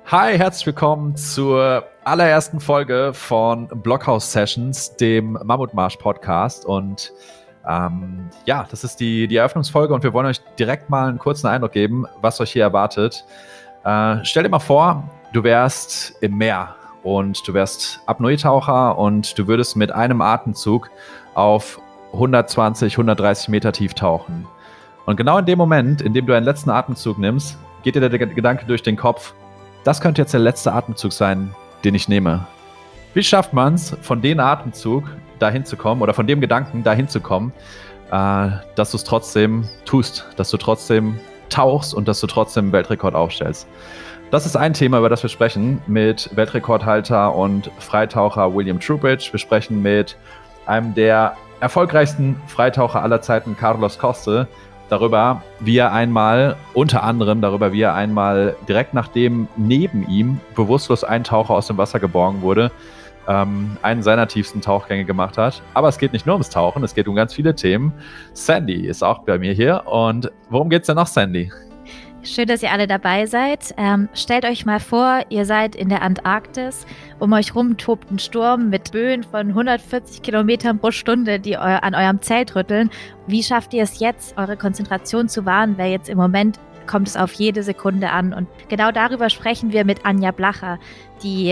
Hi, herzlich willkommen zur allerersten Folge von Blockhouse Sessions, dem Mammutmarsch-Podcast. Und das ist die Eröffnungsfolge und wir wollen euch direkt mal einen kurzen Eindruck geben, was euch hier erwartet. Stell dir mal vor, du wärst im Meer und du wärst Apnoe-Taucher und du würdest mit einem Atemzug auf 120, 130 Meter tief tauchen. Und genau in dem Moment, in dem du einen letzten Atemzug nimmst, geht dir der Gedanke durch den Kopf: Das könnte jetzt der letzte Atemzug sein, den ich nehme. Wie schafft man es, von dem Atemzug dahin zu kommen oder von dem Gedanken dahin zu kommen, dass du es trotzdem tust, dass du trotzdem tauchst und dass du trotzdem einen Weltrekord aufstellst? Das ist ein Thema, über das wir sprechen mit Weltrekordhalter und Freitaucher William Trubridge. Wir sprechen mit einem der erfolgreichsten Freitaucher aller Zeiten, Carlos Coste, darüber, wie er einmal direkt nachdem neben ihm bewusstlos ein Taucher aus dem Wasser geborgen wurde, einen seiner tiefsten Tauchgänge gemacht hat. Aber es geht nicht nur ums Tauchen, es geht um ganz viele Themen. Sandy ist auch bei mir hier. Und worum geht's denn noch, Sandy? Schön, dass ihr alle dabei seid. Stellt euch mal vor, ihr seid in der Antarktis. Um euch rum tobt ein Sturm mit Böen von 140 Kilometern pro Stunde, die an eurem Zelt rütteln. Wie schafft ihr es jetzt, eure Konzentration zu wahren? Weil jetzt im Moment kommt es auf jede Sekunde an. Und genau darüber sprechen wir mit Anja Blacher, die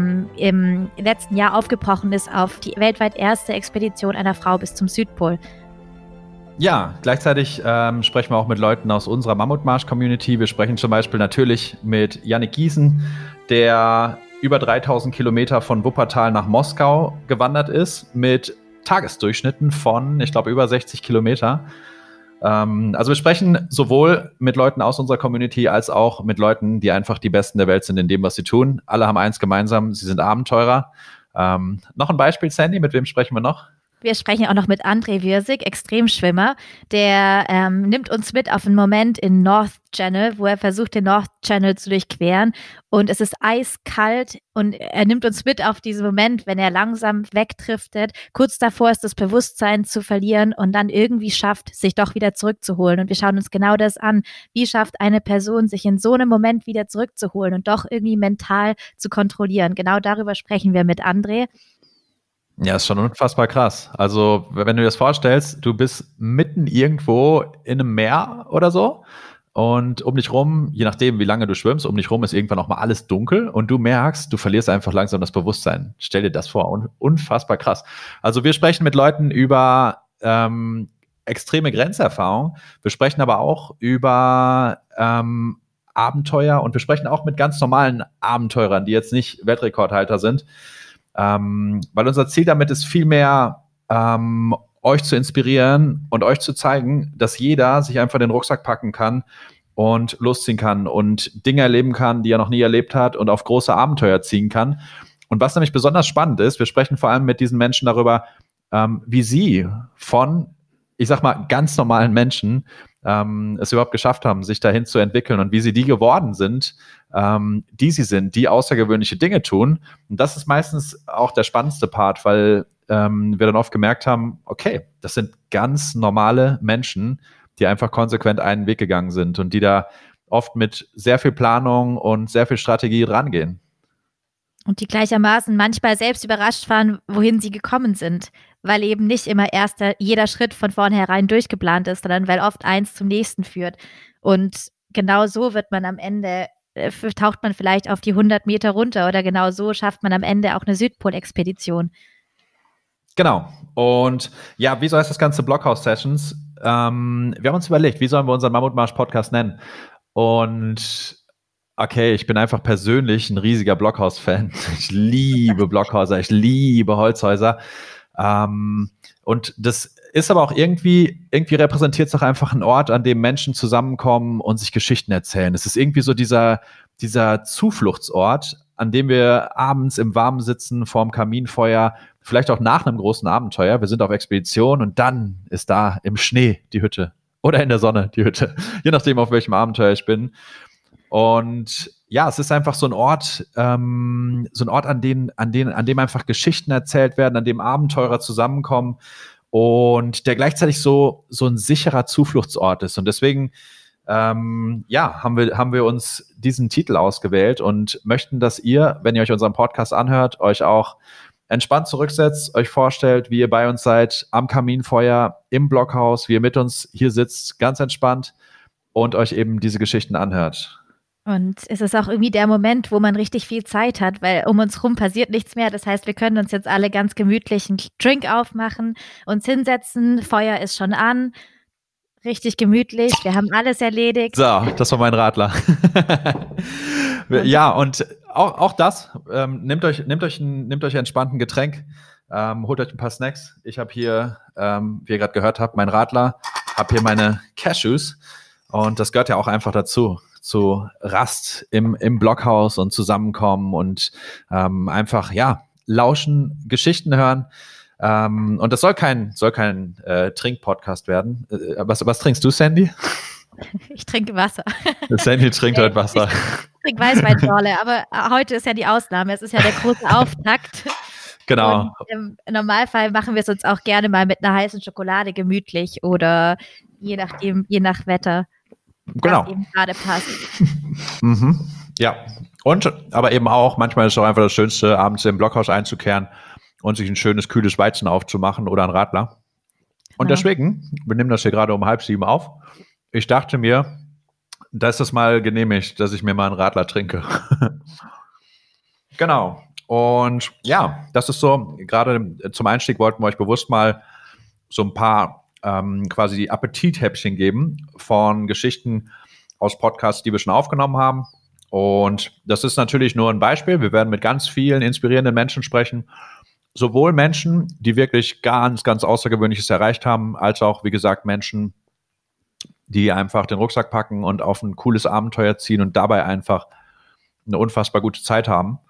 im letzten Jahr aufgebrochen ist auf die weltweit erste Expedition einer Frau bis zum Südpol. Ja, gleichzeitig sprechen wir auch mit Leuten aus unserer Mammutmarsch-Community. Wir sprechen zum Beispiel natürlich mit Yannick Giesen, der über 3000 Kilometer von Wuppertal nach Moskau gewandert ist, mit Tagesdurchschnitten von, ich glaube, über 60 Kilometer. Also wir sprechen sowohl mit Leuten aus unserer Community als auch mit Leuten, die einfach die Besten der Welt sind in dem, was sie tun. Alle haben eins gemeinsam: sie sind Abenteurer. Noch ein Beispiel, Sandy, mit wem sprechen wir noch? Wir sprechen auch noch mit André Wirsig, Extremschwimmer. Der nimmt uns mit auf einen Moment in North Channel, wo er versucht, den North Channel zu durchqueren. Und es ist eiskalt und er nimmt uns mit auf diesen Moment, wenn er langsam wegdriftet, kurz davor ist, das Bewusstsein zu verlieren und dann irgendwie schafft, sich doch wieder zurückzuholen. Und wir schauen uns genau das an. Wie schafft eine Person, sich in so einem Moment wieder zurückzuholen und doch irgendwie mental zu kontrollieren? Genau darüber sprechen wir mit André. Ja, ist schon unfassbar krass. Also, wenn du dir das vorstellst, du bist mitten irgendwo in einem Meer oder so und um dich rum, je nachdem, wie lange du schwimmst, um dich rum ist irgendwann auch mal alles dunkel und du merkst, du verlierst einfach langsam das Bewusstsein. Stell dir das vor, unfassbar krass. Also, wir sprechen mit Leuten über extreme Grenzerfahrung. Wir sprechen aber auch über Abenteuer und wir sprechen auch mit ganz normalen Abenteurern, die jetzt nicht Weltrekordhalter sind. Weil unser Ziel damit ist vielmehr, euch zu inspirieren und euch zu zeigen, dass jeder sich einfach den Rucksack packen kann und losziehen kann und Dinge erleben kann, die er noch nie erlebt hat und auf große Abenteuer ziehen kann. Und was nämlich besonders spannend ist, wir sprechen vor allem mit diesen Menschen darüber, wie sie von, ich sag mal, ganz normalen Menschen es überhaupt geschafft haben, sich dahin zu entwickeln und wie sie die geworden sind, die sie sind, die außergewöhnliche Dinge tun. Und das ist meistens auch der spannendste Part, weil wir dann oft gemerkt haben, okay, das sind ganz normale Menschen, die einfach konsequent einen Weg gegangen sind und die da oft mit sehr viel Planung und sehr viel Strategie rangehen. Und die gleichermaßen manchmal selbst überrascht waren, wohin sie gekommen sind, weil eben nicht immer jeder Schritt von vornherein durchgeplant ist, sondern weil oft eins zum nächsten führt. Und genau so wird man am Ende, taucht man vielleicht auf die 100 Meter runter oder genau so schafft man am Ende auch eine Südpol-Expedition. Genau. Und ja, wieso heißt das Ganze Blockhouse Sessions? Wir haben uns überlegt, wie sollen wir unseren Mammutmarsch-Podcast nennen? Und okay, ich bin einfach persönlich ein riesiger Blockhaus-Fan. Ich liebe Blockhäuser, ich liebe Holzhäuser. Und das ist aber auch irgendwie repräsentiert es doch einfach einen Ort, an dem Menschen zusammenkommen und sich Geschichten erzählen. Es ist irgendwie so dieser Zufluchtsort, an dem wir abends im Warmen sitzen, vorm Kaminfeuer, vielleicht auch nach einem großen Abenteuer. Wir sind auf Expedition und dann ist da im Schnee die Hütte oder in der Sonne die Hütte, je nachdem, auf welchem Abenteuer ich bin. Und ja, es ist einfach so ein Ort, an dem einfach Geschichten erzählt werden, an dem Abenteurer zusammenkommen und der gleichzeitig so ein sicherer Zufluchtsort ist. Und deswegen haben wir uns diesen Titel ausgewählt und möchten, dass ihr, wenn ihr euch unseren Podcast anhört, euch auch entspannt zurücksetzt, euch vorstellt, wie ihr bei uns seid, am Kaminfeuer, im Blockhaus, wie ihr mit uns hier sitzt, ganz entspannt und euch eben diese Geschichten anhört. Und es ist auch irgendwie der Moment, wo man richtig viel Zeit hat, weil um uns rum passiert nichts mehr. Das heißt, wir können uns jetzt alle ganz gemütlich einen Drink aufmachen, uns hinsetzen, Feuer ist schon an, richtig gemütlich, wir haben alles erledigt. So, das war mein Radler. Ja, und auch das, nehmt euch ein entspannten Getränk, holt euch ein paar Snacks. Ich habe hier, wie ihr gerade gehört habt, mein Radler, habe hier meine Cashews und das gehört ja auch einfach dazu, zu Rast im Blockhaus und zusammenkommen und einfach, lauschen, Geschichten hören. Und das soll kein Trink-Podcast werden. Was trinkst du, Sandy? Ich trinke Wasser. Sandy trinkt heute Wasser. Ich trinke Weißweinschorle, aber heute ist ja die Ausnahme. Es ist ja der große Auftakt. Genau. Und im Normalfall machen wir es uns auch gerne mal mit einer heißen Schokolade gemütlich oder je nach Wetter. Genau. Was eben gerade passt. Mhm. Ja. Aber eben auch, manchmal ist es auch einfach das Schönste, abends im Blockhaus einzukehren und sich ein schönes, kühles Weizen aufzumachen oder ein Radler. Und deswegen, wir nehmen das hier gerade um 6:30 auf. Ich dachte mir, da ist das mal genehmigt, dass ich mir mal einen Radler trinke. Genau. Und ja, das ist so, gerade zum Einstieg wollten wir euch bewusst mal so ein paar quasi Appetithäppchen geben von Geschichten aus Podcasts, die wir schon aufgenommen haben. Und das ist natürlich nur ein Beispiel. Wir werden mit ganz vielen inspirierenden Menschen sprechen. Sowohl Menschen, die wirklich ganz, ganz Außergewöhnliches erreicht haben, als auch, wie gesagt, Menschen, die einfach den Rucksack packen und auf ein cooles Abenteuer ziehen und dabei einfach eine unfassbar gute Zeit haben.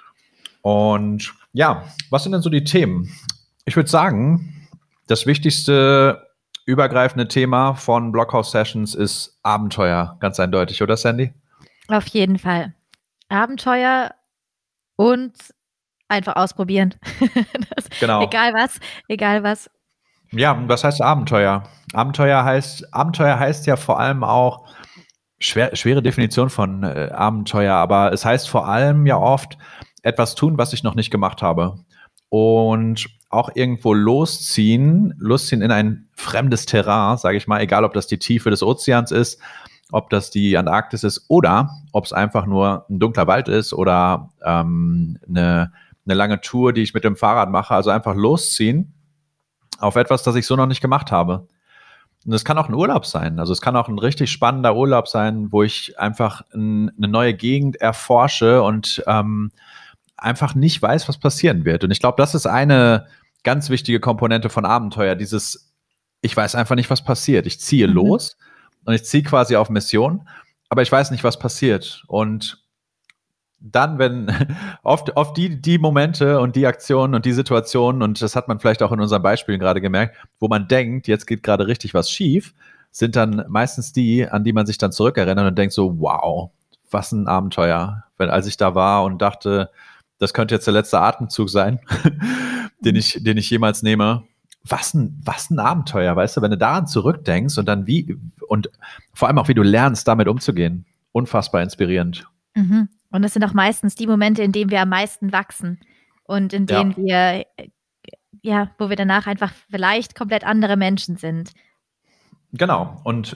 Und ja, was sind denn so die Themen? Ich würde sagen, das wichtigste übergreifende Thema von Blockhaus Sessions ist Abenteuer, ganz eindeutig, oder Sandy? Auf jeden Fall. Abenteuer und einfach ausprobieren. Genau. Egal was. Ja, was heißt Abenteuer? Abenteuer heißt ja vor allem auch, schwere Definition von Abenteuer, aber es heißt vor allem ja oft etwas tun, was ich noch nicht gemacht habe. Und auch irgendwo losziehen in ein fremdes Terrain, sage ich mal, egal ob das die Tiefe des Ozeans ist, ob das die Antarktis ist oder ob es einfach nur ein dunkler Wald ist oder eine lange Tour, die ich mit dem Fahrrad mache. Also einfach losziehen auf etwas, das ich so noch nicht gemacht habe. Und es kann auch ein Urlaub sein. Also es kann auch ein richtig spannender Urlaub sein, wo ich einfach eine neue Gegend erforsche und einfach nicht weiß, was passieren wird. Und ich glaube, das ist eine ganz wichtige Komponente von Abenteuer. Ich weiß einfach nicht, was passiert. Ich ziehe los und ich ziehe quasi auf Mission, aber ich weiß nicht, was passiert. Und dann, wenn oft die Momente und die Aktionen und die Situationen, und das hat man vielleicht auch in unseren Beispielen gerade gemerkt, wo man denkt, jetzt geht gerade richtig was schief, sind dann meistens die, an die man sich dann zurückerinnert und denkt so, wow, was ein Abenteuer. Als ich da war und dachte, das könnte jetzt der letzte Atemzug sein, den ich jemals nehme. Was ein Abenteuer, weißt du, wenn du daran zurückdenkst und dann und vor allem auch, wie du lernst, damit umzugehen. Unfassbar inspirierend. Mhm. Und es sind auch meistens die Momente, in denen wir am meisten wachsen und in denen wir, wo wir danach einfach vielleicht komplett andere Menschen sind. Genau. Und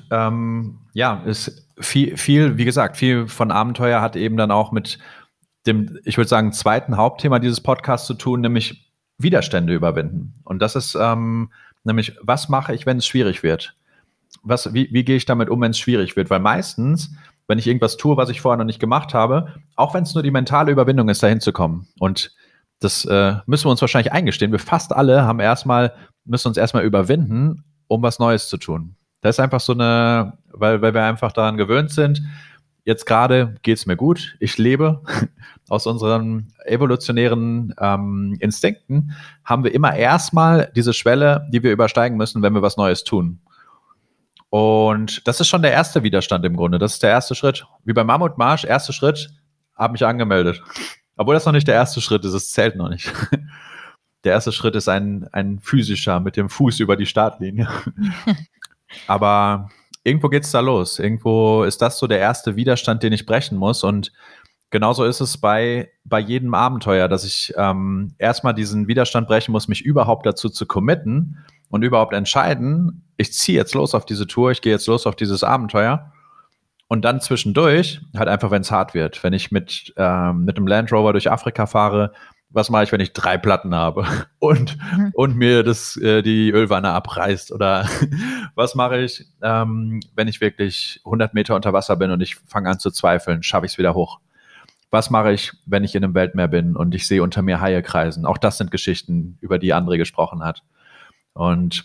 ist viel, wie gesagt, viel von Abenteuer hat eben dann auch mit dem, ich würde sagen, zweiten Hauptthema dieses Podcasts zu tun, nämlich Widerstände überwinden. Und das ist nämlich, was mache ich, wenn es schwierig wird? Wie gehe ich damit um, wenn es schwierig wird? Weil meistens, wenn ich irgendwas tue, was ich vorher noch nicht gemacht habe, auch wenn es nur die mentale Überwindung ist, dahin zu kommen. Und das müssen wir uns wahrscheinlich eingestehen. Wir fast alle müssen uns erstmal überwinden, um was Neues zu tun. Das ist einfach so weil wir einfach daran gewöhnt sind. Jetzt gerade geht es mir gut. Ich lebe. Aus unseren evolutionären Instinkten haben wir immer erstmal diese Schwelle, die wir übersteigen müssen, wenn wir was Neues tun. Und das ist schon der erste Widerstand im Grunde. Das ist der erste Schritt. Wie beim Mammutmarsch, erster Schritt, habe mich angemeldet. Obwohl das noch nicht der erste Schritt ist, es zählt noch nicht. Der erste Schritt ist ein physischer mit dem Fuß über die Startlinie. Aber irgendwo geht's da los. Irgendwo ist das so der erste Widerstand, den ich brechen muss. Und genauso ist es bei jedem Abenteuer, dass ich erstmal diesen Widerstand brechen muss, mich überhaupt dazu zu committen und überhaupt entscheiden, ich ziehe jetzt los auf diese Tour, ich gehe jetzt los auf dieses Abenteuer. Und dann zwischendurch, halt einfach, wenn es hart wird, wenn ich mit einem Land Rover durch Afrika fahre, was mache ich, wenn ich 3 Platten habe und mir die Ölwanne abreißt? Oder was mache ich, wenn ich wirklich 100 Meter unter Wasser bin und ich fange an zu zweifeln, schaffe ich es wieder hoch? Was mache ich, wenn ich in einem Weltmeer bin und ich sehe unter mir Haie kreisen? Auch das sind Geschichten, über die André gesprochen hat. Und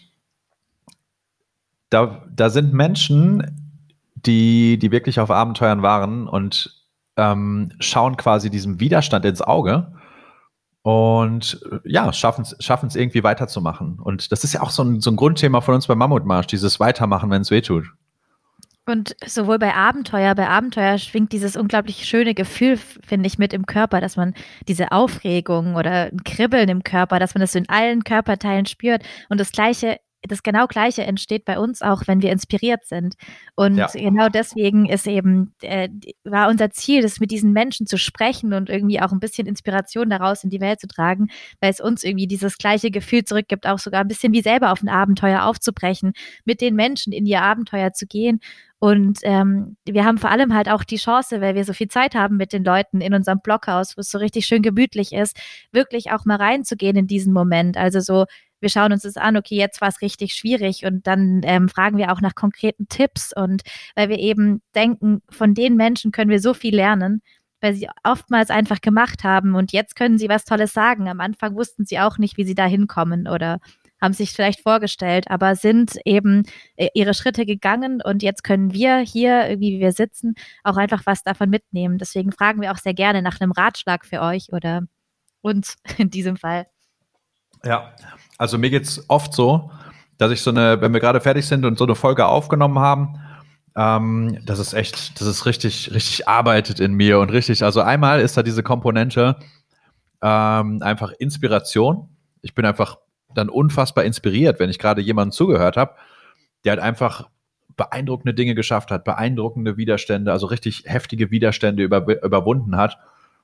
da sind Menschen, die wirklich auf Abenteuern waren und schauen quasi diesem Widerstand ins Auge und ja, schaffen es irgendwie weiterzumachen. Und das ist ja auch so ein Grundthema von uns beim Mammutmarsch, dieses Weitermachen, wenn es wehtut. Und sowohl bei Abenteuer schwingt dieses unglaublich schöne Gefühl, finde ich, mit im Körper, dass man diese Aufregung oder ein Kribbeln im Körper, dass man das so in allen Körperteilen spürt. Und das genau Gleiche entsteht bei uns auch, wenn wir inspiriert sind. Und genau deswegen ist eben, war unser Ziel, das mit diesen Menschen zu sprechen und irgendwie auch ein bisschen Inspiration daraus in die Welt zu tragen, weil es uns irgendwie dieses gleiche Gefühl zurückgibt, auch sogar ein bisschen wie selber auf ein Abenteuer aufzubrechen, mit den Menschen in ihr Abenteuer zu gehen. Und wir haben vor allem halt auch die Chance, weil wir so viel Zeit haben mit den Leuten in unserem Blockhaus, wo es so richtig schön gemütlich ist, wirklich auch mal reinzugehen in diesen Moment. Also so, wir schauen uns das an, okay, jetzt war es richtig schwierig und dann fragen wir auch nach konkreten Tipps und weil wir eben denken, von den Menschen können wir so viel lernen, weil sie oftmals einfach gemacht haben und jetzt können sie was Tolles sagen. Am Anfang wussten sie auch nicht, wie sie da hinkommen oder haben sich vielleicht vorgestellt, aber sind eben ihre Schritte gegangen und jetzt können wir hier, irgendwie wie wir sitzen, auch einfach was davon mitnehmen. Deswegen fragen wir auch sehr gerne nach einem Ratschlag für euch oder uns in diesem Fall. Ja, also mir geht's oft so, dass ich wenn wir gerade fertig sind und so eine Folge aufgenommen haben, das ist richtig arbeitet in mir und richtig, also einmal ist da diese Komponente einfach Inspiration. Ich bin einfach dann unfassbar inspiriert, wenn ich gerade jemandem zugehört habe, der halt einfach beeindruckende Dinge geschafft hat, beeindruckende Widerstände, also richtig heftige Widerstände überwunden hat.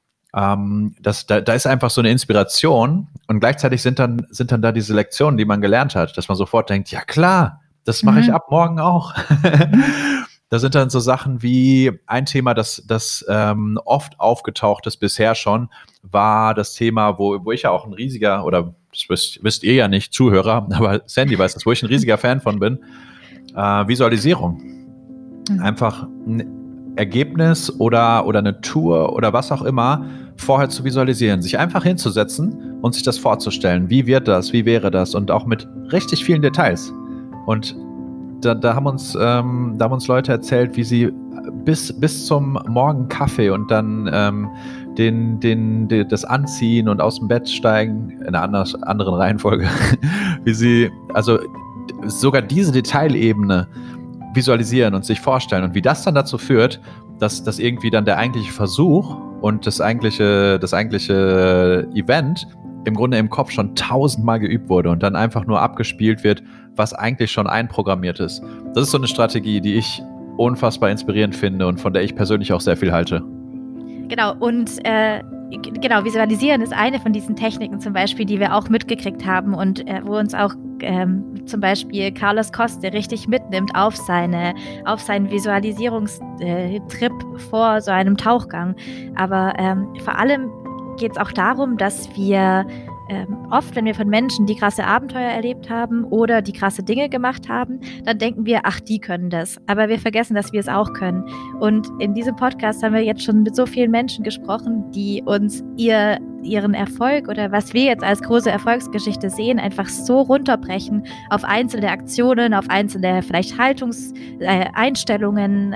Da ist einfach so eine Inspiration und gleichzeitig sind dann da diese Lektionen, die man gelernt hat, dass man sofort denkt, ja klar, das mache ich ab morgen auch. Da sind dann so Sachen wie ein Thema, das oft aufgetaucht ist bisher schon, war das Thema, wo ich ja auch ein riesiger, oder das wisst ihr ja nicht, Zuhörer, aber Sandy weiß das, wo ich ein riesiger Fan von bin, Visualisierung. Einfach ein Ergebnis oder eine Tour oder was auch immer vorher zu visualisieren, sich einfach hinzusetzen und sich das vorzustellen. Wie wird das? Wie wäre das? Und auch mit richtig vielen Details. Und da haben uns Leute erzählt, wie sie bis zum Morgen Kaffee und dann das Anziehen und aus dem Bett steigen in einer anderen Reihenfolge, wie sie also sogar diese Detailebene visualisieren und sich vorstellen und wie das dann dazu führt, dass irgendwie dann der eigentliche Versuch und das eigentliche Event im Grunde im Kopf schon 1000-mal geübt wurde und dann einfach nur abgespielt wird, was eigentlich schon einprogrammiert ist. Das ist so eine Strategie, die ich unfassbar inspirierend finde und von der ich persönlich auch sehr viel halte. Genau, und Visualisieren ist eine von diesen Techniken zum Beispiel, die wir auch mitgekriegt haben und wo uns auch zum Beispiel Carlos Coste richtig mitnimmt auf seinen Visualisierungstrip vor so einem Tauchgang. Aber vor allem geht es auch darum, dass wir oft, wenn wir von Menschen, die krasse Abenteuer erlebt haben oder die krasse Dinge gemacht haben, dann denken wir, ach, die können das. Aber wir vergessen, dass wir es auch können. Und in diesem Podcast haben wir jetzt schon mit so vielen Menschen gesprochen, die uns ihren Erfolg oder was wir jetzt als große Erfolgsgeschichte sehen, einfach so runterbrechen auf einzelne Aktionen, auf einzelne vielleicht Einstellungen,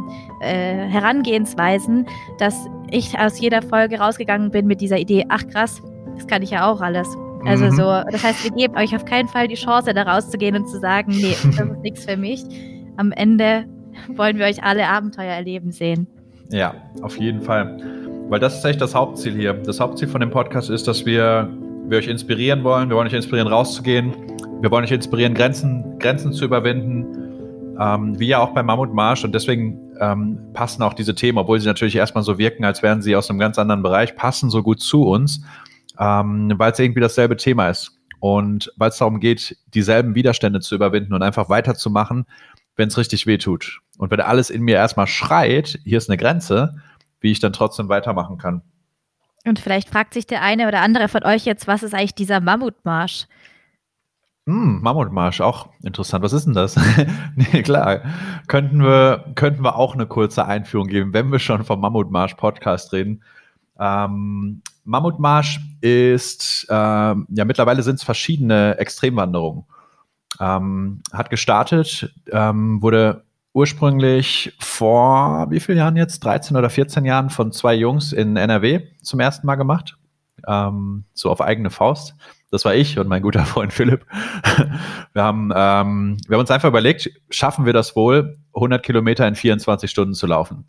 Herangehensweisen, dass ich aus jeder Folge rausgegangen bin mit dieser Idee, ach krass, das kann ich ja auch alles. Also das heißt, wir geben euch auf keinen Fall die Chance, da rauszugehen und zu sagen, nee, das ist nichts für mich. Am Ende wollen wir euch alle Abenteuer erleben sehen. Ja, auf jeden Fall. Weil das ist echt das Hauptziel hier. Das Hauptziel von dem Podcast ist, dass wir euch inspirieren wollen. Wir wollen euch inspirieren, rauszugehen. Wir wollen euch inspirieren, Grenzen zu überwinden. wie ja auch beim Mammutmarsch. Und deswegen passen auch diese Themen, obwohl sie natürlich erstmal so wirken, als wären sie aus einem ganz anderen Bereich, passen so gut zu uns, weil es irgendwie dasselbe Thema ist. Und weil es darum geht, dieselben Widerstände zu überwinden und einfach weiterzumachen, wenn es richtig weh tut. Und wenn alles in mir erstmal schreit, hier ist eine Grenze, wie ich dann trotzdem weitermachen kann. Und vielleicht fragt sich der eine oder andere von euch jetzt, was ist eigentlich dieser Mammutmarsch? Mammutmarsch, auch interessant. Was ist denn das? Nee, klar. Könnten wir auch eine kurze Einführung geben, wenn wir schon vom Mammutmarsch-Podcast reden. Mammutmarsch ist, ja, mittlerweile sind es verschiedene Extremwanderungen. Hat gestartet, wurde ursprünglich vor wie vielen Jahren jetzt? 13 oder 14 Jahren von 2 Jungs in NRW zum ersten Mal gemacht. So auf eigene Faust. Das war ich und mein guter Freund Philipp. Wir haben uns einfach überlegt, schaffen wir das wohl, 100 Kilometer in 24 Stunden zu laufen?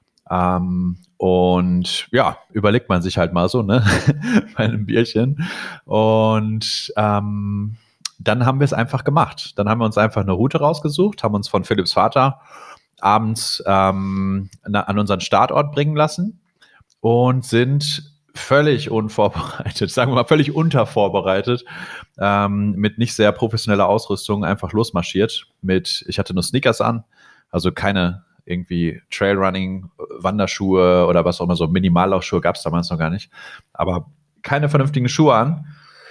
Und ja, überlegt man sich halt mal so, ne? Bei einem Bierchen. Und dann haben wir es einfach gemacht. Dann haben wir uns einfach eine Route rausgesucht, haben uns von Philipps Vater abends an unseren Startort bringen lassen und sind völlig unvorbereitet, sagen wir mal völlig untervorbereitet, mit nicht sehr professioneller Ausrüstung einfach losmarschiert. Ich hatte nur Sneakers an, also keine irgendwie Trailrunning, Wanderschuhe oder was auch immer, so Minimallaufschuhe gab es damals noch gar nicht, aber keine vernünftigen Schuhe an.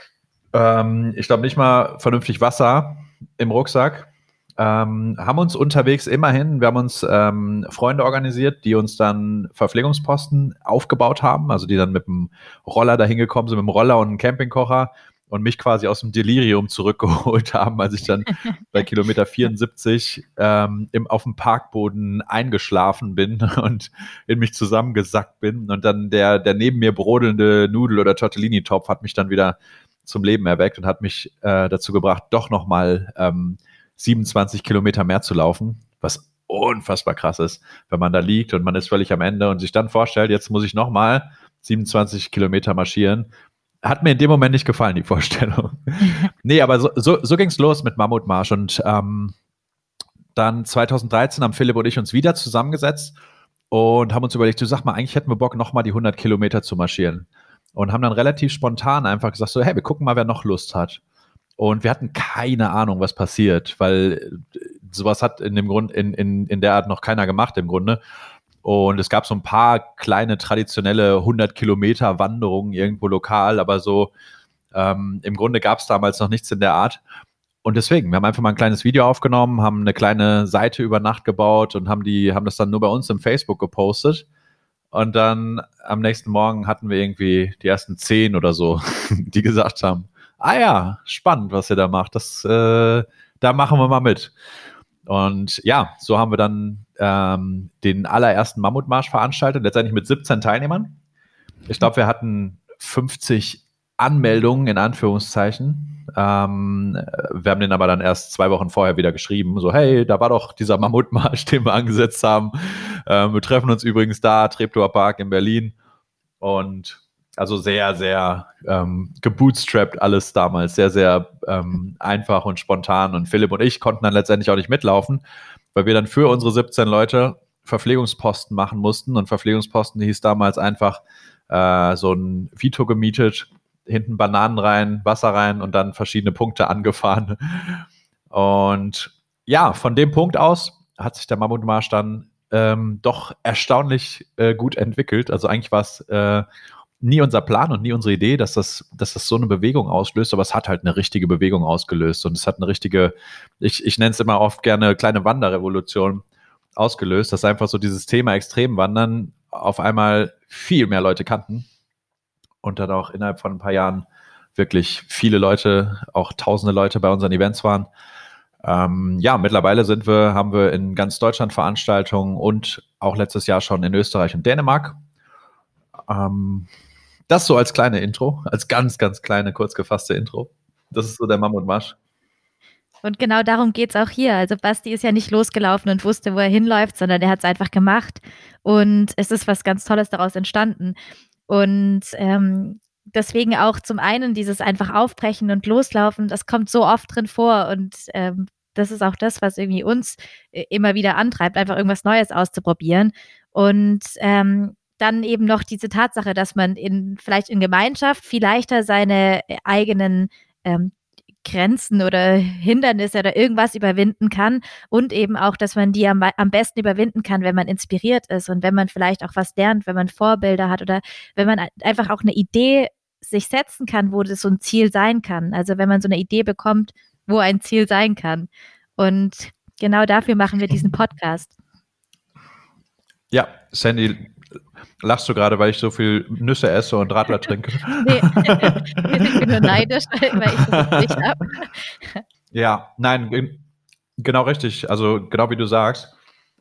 Ich glaube nicht mal vernünftig Wasser im Rucksack. Haben uns unterwegs immerhin, wir haben uns Freunde organisiert, die uns dann Verpflegungsposten aufgebaut haben, also die dann mit dem Roller dahin gekommen sind, mit dem Roller und einem Campingkocher und mich quasi aus dem Delirium zurückgeholt haben, als ich dann bei Kilometer 74 auf dem Parkboden eingeschlafen bin und in mich zusammengesackt bin und dann der neben mir brodelnde Nudel- oder Tortellini-Topf hat mich dann wieder zum Leben erweckt und hat mich dazu gebracht, doch nochmal 27 Kilometer mehr zu laufen, was unfassbar krass ist, wenn man da liegt und man ist völlig am Ende und sich dann vorstellt, jetzt muss ich nochmal 27 Kilometer marschieren. Hat mir in dem Moment nicht gefallen, die Vorstellung. Nee, aber so ging es los mit Mammutmarsch und dann 2013 haben Philipp und ich uns wieder zusammengesetzt und haben uns überlegt, du sag mal, eigentlich hätten wir Bock, nochmal die 100 Kilometer zu marschieren. Und haben dann relativ spontan einfach gesagt, so, hey, wir gucken mal, wer noch Lust hat. Und wir hatten keine Ahnung, was passiert, weil sowas hat in der Art noch keiner gemacht im Grunde. Und es gab so ein paar kleine traditionelle 100 Kilometer Wanderungen irgendwo lokal, aber so im Grunde gab es damals noch nichts in der Art. Und deswegen, wir haben einfach mal ein kleines Video aufgenommen, haben eine kleine Seite über Nacht gebaut und haben das dann nur bei uns im Facebook gepostet. Und dann am nächsten Morgen hatten wir irgendwie die ersten 10 oder so, die gesagt haben, ah ja, spannend, was ihr da macht. Da machen wir mal mit. Und ja, so haben wir dann den allerersten Mammutmarsch veranstaltet, letztendlich mit 17 Teilnehmern. Ich glaube, wir hatten 50 Anmeldungen in Anführungszeichen. Wir haben den aber dann erst 2 Wochen vorher wieder geschrieben, so hey, da war doch dieser Mammutmarsch, den wir angesetzt haben. Wir treffen uns übrigens da, Treptower Park in Berlin. Und also sehr, sehr gebootstrapped alles damals, sehr, sehr einfach und spontan. Und Philipp und ich konnten dann letztendlich auch nicht mitlaufen, weil wir dann für unsere 17 Leute Verpflegungsposten machen mussten. Und Verpflegungsposten hieß damals einfach so ein Vito gemietet, hinten Bananen rein, Wasser rein und dann verschiedene Punkte angefahren. Und ja, von dem Punkt aus hat sich der Mammutmarsch dann doch erstaunlich gut entwickelt. Also eigentlich war es nie unser Plan und nie unsere Idee, dass das so eine Bewegung auslöst, aber es hat halt eine richtige Bewegung ausgelöst und es hat eine richtige, ich nenne es immer oft gerne kleine Wanderrevolution ausgelöst, dass einfach so dieses Thema Extremwandern auf einmal viel mehr Leute kannten und dann auch innerhalb von ein paar Jahren wirklich viele Leute, auch tausende Leute bei unseren Events waren. Ja, mittlerweile haben wir in ganz Deutschland Veranstaltungen und auch letztes Jahr schon in Österreich und Dänemark. Das so als kleine Intro, als ganz, ganz kleine, kurz gefasste Intro. Das ist so der Mammutmarsch. Und genau darum geht es auch hier. Also Basti ist ja nicht losgelaufen und wusste, wo er hinläuft, sondern er hat es einfach gemacht. Und es ist was ganz Tolles daraus entstanden. Und deswegen auch zum einen dieses einfach Aufbrechen und Loslaufen, das kommt so oft drin vor. Und das ist auch das, was irgendwie uns immer wieder antreibt, einfach irgendwas Neues auszuprobieren. Und dann eben noch diese Tatsache, dass man vielleicht in Gemeinschaft viel leichter seine eigenen Grenzen oder Hindernisse oder irgendwas überwinden kann und eben auch, dass man die am besten überwinden kann, wenn man inspiriert ist und wenn man vielleicht auch was lernt, wenn man Vorbilder hat oder wenn man einfach auch eine Idee sich setzen kann, wo das so ein Ziel sein kann. Also wenn man so eine Idee bekommt, wo ein Ziel sein kann. Und genau dafür machen wir diesen Podcast. Ja, Sandy, lachst du gerade, weil ich so viel Nüsse esse und Radler trinke? Nee, wir sind nur neidisch, weil ich das nicht habe. Ja, nein, genau richtig. Also genau wie du sagst,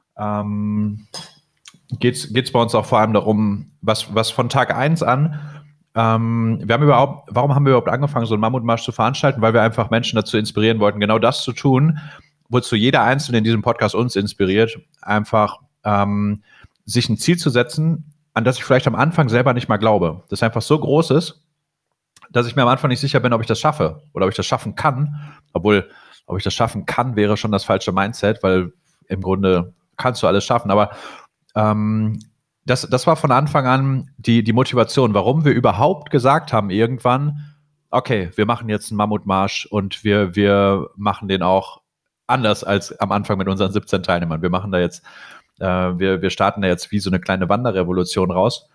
geht's bei uns auch vor allem darum, was von Tag 1 an, warum haben wir überhaupt angefangen, so einen Mammutmarsch zu veranstalten? Weil wir einfach Menschen dazu inspirieren wollten, genau das zu tun, wozu jeder Einzelne in diesem Podcast uns inspiriert, einfach sich ein Ziel zu setzen, an das ich vielleicht am Anfang selber nicht mal glaube. Das einfach so groß ist, dass ich mir am Anfang nicht sicher bin, ob ich das schaffe oder ob ich das schaffen kann. Obwohl, ob ich das schaffen kann, wäre schon das falsche Mindset, weil im Grunde kannst du alles schaffen. Aber das war von Anfang an die Motivation, warum wir überhaupt gesagt haben irgendwann, okay, wir machen jetzt einen Mammutmarsch und wir machen den auch anders als am Anfang mit unseren 17 Teilnehmern. Wir machen da jetzt wir starten da jetzt wie so eine kleine Wanderrevolution raus.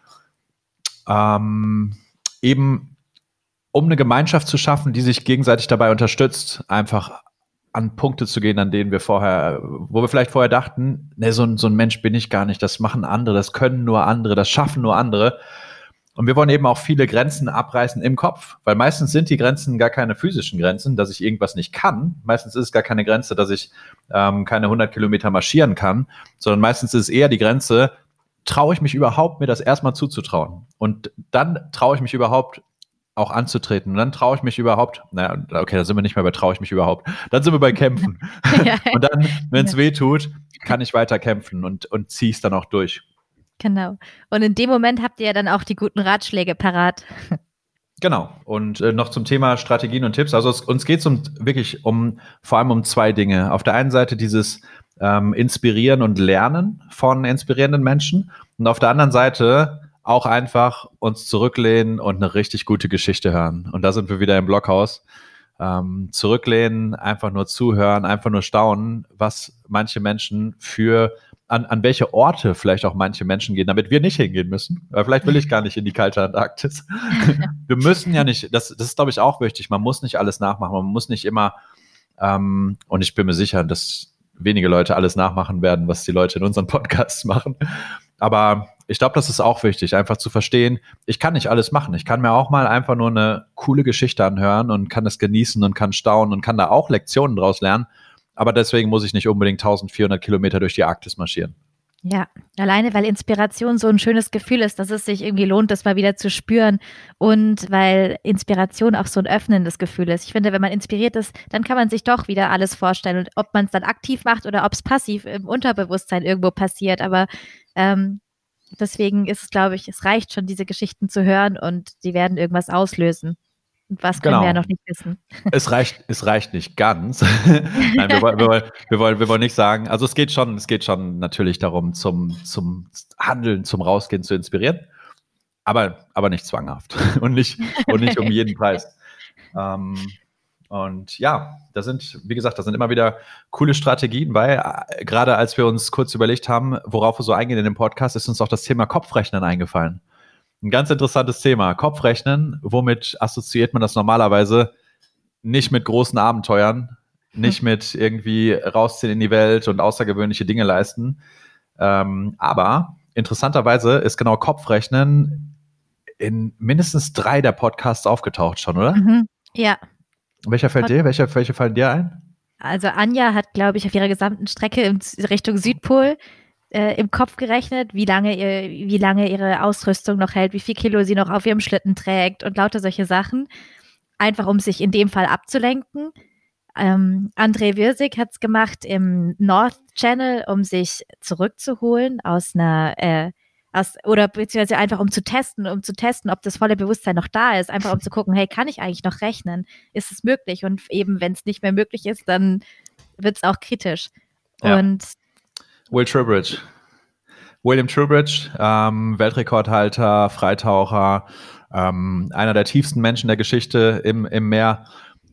Eben um eine Gemeinschaft zu schaffen, die sich gegenseitig dabei unterstützt, einfach an Punkte zu gehen, an denen wo wir vielleicht vorher dachten, ne, so ein Mensch bin ich gar nicht, das machen andere, das können nur andere, das schaffen nur andere. Und wir wollen eben auch viele Grenzen abreißen im Kopf, weil meistens sind die Grenzen gar keine physischen Grenzen, dass ich irgendwas nicht kann. Meistens ist es gar keine Grenze, dass ich keine 100 Kilometer marschieren kann, sondern meistens ist es eher die Grenze, traue ich mich überhaupt, mir das erstmal zuzutrauen? Und dann traue ich mich überhaupt auch anzutreten. Und dann traue ich mich überhaupt, okay, da sind wir nicht mehr bei traue ich mich überhaupt. Dann sind wir bei kämpfen. Ja. Und dann, wenn es weh tut, kann ich weiter kämpfen und ziehe es dann auch durch. Genau. Und in dem Moment habt ihr ja dann auch die guten Ratschläge parat. Genau. Und noch zum Thema Strategien und Tipps. Also uns geht es wirklich vor allem um zwei Dinge. Auf der einen Seite dieses Inspirieren und Lernen von inspirierenden Menschen und auf der anderen Seite auch einfach uns zurücklehnen und eine richtig gute Geschichte hören. Und da sind wir wieder im Blockhaus. Zurücklehnen, einfach nur zuhören, einfach nur staunen, was manche Menschen an welche Orte vielleicht auch manche Menschen gehen, damit wir nicht hingehen müssen. Weil vielleicht will ich gar nicht in die kalte Antarktis. Wir müssen ja nicht, das ist, glaube ich, auch wichtig. Man muss nicht alles nachmachen. Man muss nicht immer, und ich bin mir sicher, dass wenige Leute alles nachmachen werden, was die Leute in unseren Podcasts machen. Aber ich glaube, das ist auch wichtig, einfach zu verstehen, ich kann nicht alles machen. Ich kann mir auch mal einfach nur eine coole Geschichte anhören und kann es genießen und kann staunen und kann da auch Lektionen draus lernen. Aber deswegen muss ich nicht unbedingt 1400 Kilometer durch die Arktis marschieren. Ja, alleine, weil Inspiration so ein schönes Gefühl ist, dass es sich irgendwie lohnt, das mal wieder zu spüren und weil Inspiration auch so ein öffnendes Gefühl ist. Ich finde, wenn man inspiriert ist, dann kann man sich doch wieder alles vorstellen und ob man es dann aktiv macht oder ob es passiv im Unterbewusstsein irgendwo passiert, aber deswegen ist es, glaube ich, es reicht schon, diese Geschichten zu hören und die werden irgendwas auslösen. Und was können wir ja noch nicht wissen. Es reicht nicht ganz. Nein, wir wollen nicht sagen, also es geht schon natürlich darum, zum Handeln, zum Rausgehen zu inspirieren, aber nicht zwanghaft und nicht um jeden Preis. Und ja, da sind immer wieder coole Strategien bei. Gerade als wir uns kurz überlegt haben, worauf wir so eingehen in dem Podcast, ist uns auch das Thema Kopfrechnen eingefallen. Ein ganz interessantes Thema. Kopfrechnen, womit assoziiert man das normalerweise? Nicht mit großen Abenteuern, nicht mit irgendwie rausziehen in die Welt und außergewöhnliche Dinge leisten. Aber interessanterweise ist genau Kopfrechnen in mindestens 3 der Podcasts aufgetaucht schon, oder? Mhm, ja. Welcher fällt dir? Welche fallen dir ein? Also Anja hat, glaube ich, auf ihrer gesamten Strecke in Richtung Südpol im Kopf gerechnet, wie lange ihre Ausrüstung noch hält, wie viel Kilo sie noch auf ihrem Schlitten trägt und lauter solche Sachen. Einfach, um sich in dem Fall abzulenken. André Wirsig hat es gemacht im North Channel, um sich zurückzuholen beziehungsweise einfach um zu testen, ob das volle Bewusstsein noch da ist, einfach um zu gucken, hey, kann ich eigentlich noch rechnen? Ist es möglich? Und eben, wenn es nicht mehr möglich ist, dann wird es auch kritisch. Ja. Und William Trowbridge, Weltrekordhalter, Freitaucher, einer der tiefsten Menschen der Geschichte im Meer.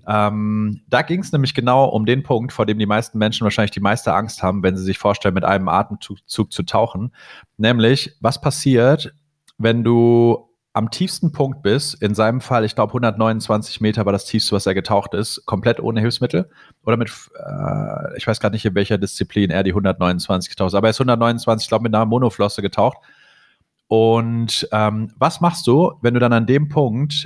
Da ging es nämlich genau um den Punkt, vor dem die meisten Menschen wahrscheinlich die meiste Angst haben, wenn sie sich vorstellen, mit einem Atemzug zu tauchen. Nämlich, was passiert, wenn du am tiefsten Punkt bist, in seinem Fall, ich glaube 129 Meter war das tiefste, was er getaucht ist, komplett ohne Hilfsmittel oder mit, ich weiß gar nicht, in welcher Disziplin er die 129 getaucht ist, aber er ist 129, ich glaube, mit einer Monoflosse getaucht. Und was machst du, wenn dann an dem Punkt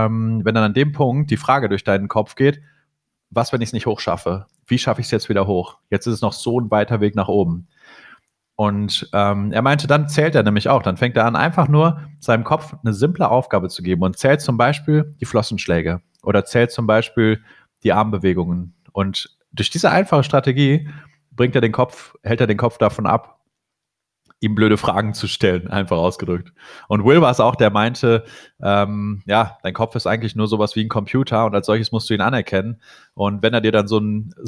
die Frage durch deinen Kopf geht, was, wenn ich es nicht hochschaffe? Wie schaffe ich es jetzt wieder hoch? Jetzt ist es noch so ein weiter Weg nach oben. Und er meinte, dann zählt er nämlich auch. Dann fängt er an, einfach nur seinem Kopf eine simple Aufgabe zu geben und zählt zum Beispiel die Flossenschläge oder zählt zum Beispiel die Armbewegungen. Und durch diese einfache Strategie hält er den Kopf davon ab, ihm blöde Fragen zu stellen, einfach ausgedrückt. Und Will war es auch, der meinte, dein Kopf ist eigentlich nur sowas wie ein Computer und als solches musst du ihn anerkennen. Und wenn er dir dann so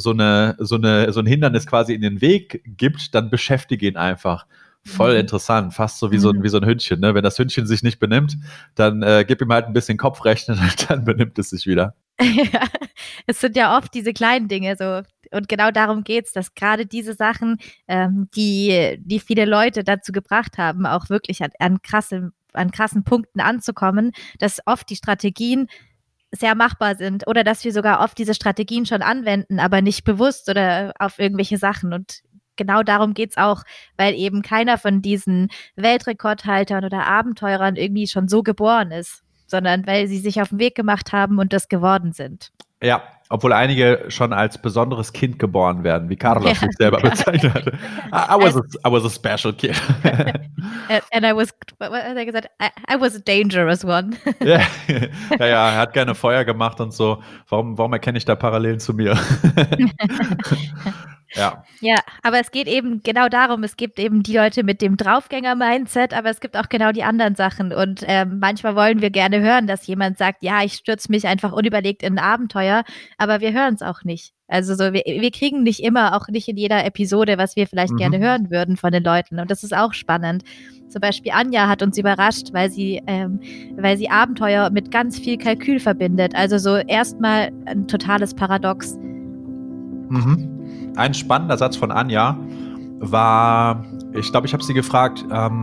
ein Hindernis quasi in den Weg gibt, dann beschäftige ihn einfach. Voll interessant, fast so wie so ein Hündchen. Ne? Wenn das Hündchen sich nicht benimmt, dann gib ihm halt ein bisschen Kopfrechnen und dann benimmt es sich wieder. Ja, es sind ja oft diese kleinen Dinge so. Und genau darum geht es, dass gerade diese Sachen, die viele Leute dazu gebracht haben, auch wirklich an krassen Punkten anzukommen, dass oft die Strategien sehr machbar sind oder dass wir sogar oft diese Strategien schon anwenden, aber nicht bewusst oder auf irgendwelche Sachen. Und genau darum geht es auch, weil eben keiner von diesen Weltrekordhaltern oder Abenteurern irgendwie schon so geboren ist, sondern weil sie sich auf den Weg gemacht haben und das geworden sind. Ja, obwohl einige schon als besonderes Kind geboren werden, wie Carlos sich selber bezeichnet hatte. I was a special kid. And I was, what hat er gesagt? I was a dangerous one. Ja, er hat gerne Feuer gemacht und so. Warum erkenne ich da Parallelen zu mir? Ja, aber es geht eben genau darum, es gibt eben die Leute mit dem Draufgänger-Mindset, aber es gibt auch genau die anderen Sachen und manchmal wollen wir gerne hören, dass jemand sagt, ja, ich stürze mich einfach unüberlegt in ein Abenteuer, aber wir hören es auch nicht. Also so, wir kriegen nicht immer, auch nicht in jeder Episode, was wir vielleicht gerne hören würden von den Leuten und das ist auch spannend. Zum Beispiel Anja hat uns überrascht, weil sie Abenteuer mit ganz viel Kalkül verbindet, also so erstmal ein totales Paradox. Ein spannender Satz von Anja war, ich glaube, ich habe sie gefragt,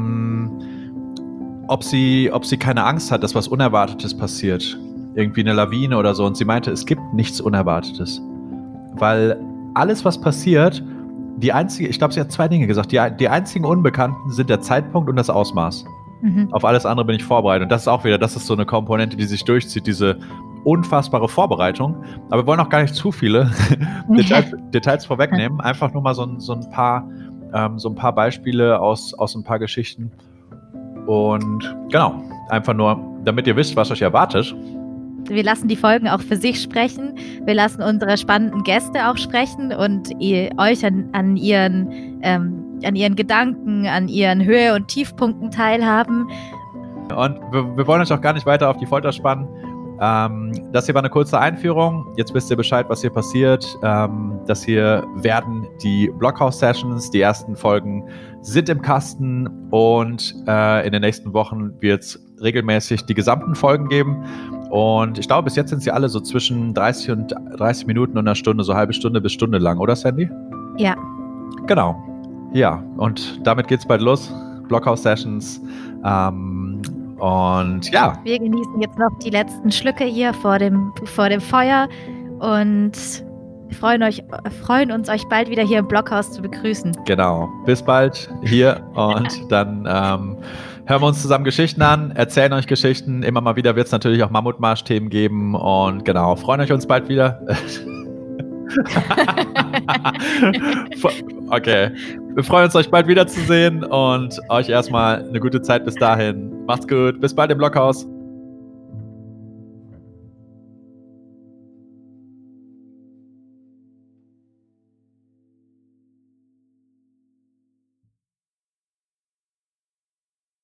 ob sie keine Angst hat, dass was Unerwartetes passiert. Irgendwie eine Lawine oder so. Und sie meinte, es gibt nichts Unerwartetes. Weil alles, was passiert, ich glaube, sie hat zwei Dinge gesagt. Die einzigen Unbekannten sind der Zeitpunkt und das Ausmaß. Auf alles andere bin ich vorbereitet. Und das ist so eine Komponente, die sich durchzieht, diese unfassbare Vorbereitung. Aber wir wollen auch gar nicht zu viele Details vorwegnehmen. Einfach nur mal so ein paar Beispiele aus ein paar Geschichten. Und genau, einfach nur, damit ihr wisst, was euch erwartet. Wir lassen die Folgen auch für sich sprechen. Wir lassen unsere spannenden Gäste auch sprechen und euch an ihren Gedanken, an ihren Höhe- und Tiefpunkten teilhaben. Und wir wollen euch auch gar nicht weiter auf die Folter spannen. Das hier war eine kurze Einführung. Jetzt wisst ihr Bescheid, was hier passiert. Das hier werden die Blockhaus-Sessions. Die ersten Folgen sind im Kasten und in den nächsten Wochen wird es regelmäßig die gesamten Folgen geben. Und ich glaube, bis jetzt sind sie alle so zwischen 30 Minuten und einer Stunde, so halbe Stunde bis Stunde lang, oder Sandy? Ja. Genau. Ja, und damit geht's bald los. Blockhaus-Sessions. Und ja. Wir genießen jetzt noch die letzten Schlücke hier vor dem Feuer und freuen uns, euch bald wieder hier im Blockhaus zu begrüßen. Genau. Bis bald hier und dann hören wir uns zusammen Geschichten an, erzählen euch Geschichten. Immer mal wieder wird es natürlich auch Mammutmarsch-Themen geben und genau, freuen euch uns bald wieder. Okay. Wir freuen uns, euch bald wiederzusehen und euch erstmal eine gute Zeit bis dahin. Macht's gut. Bis bald im Blockhaus.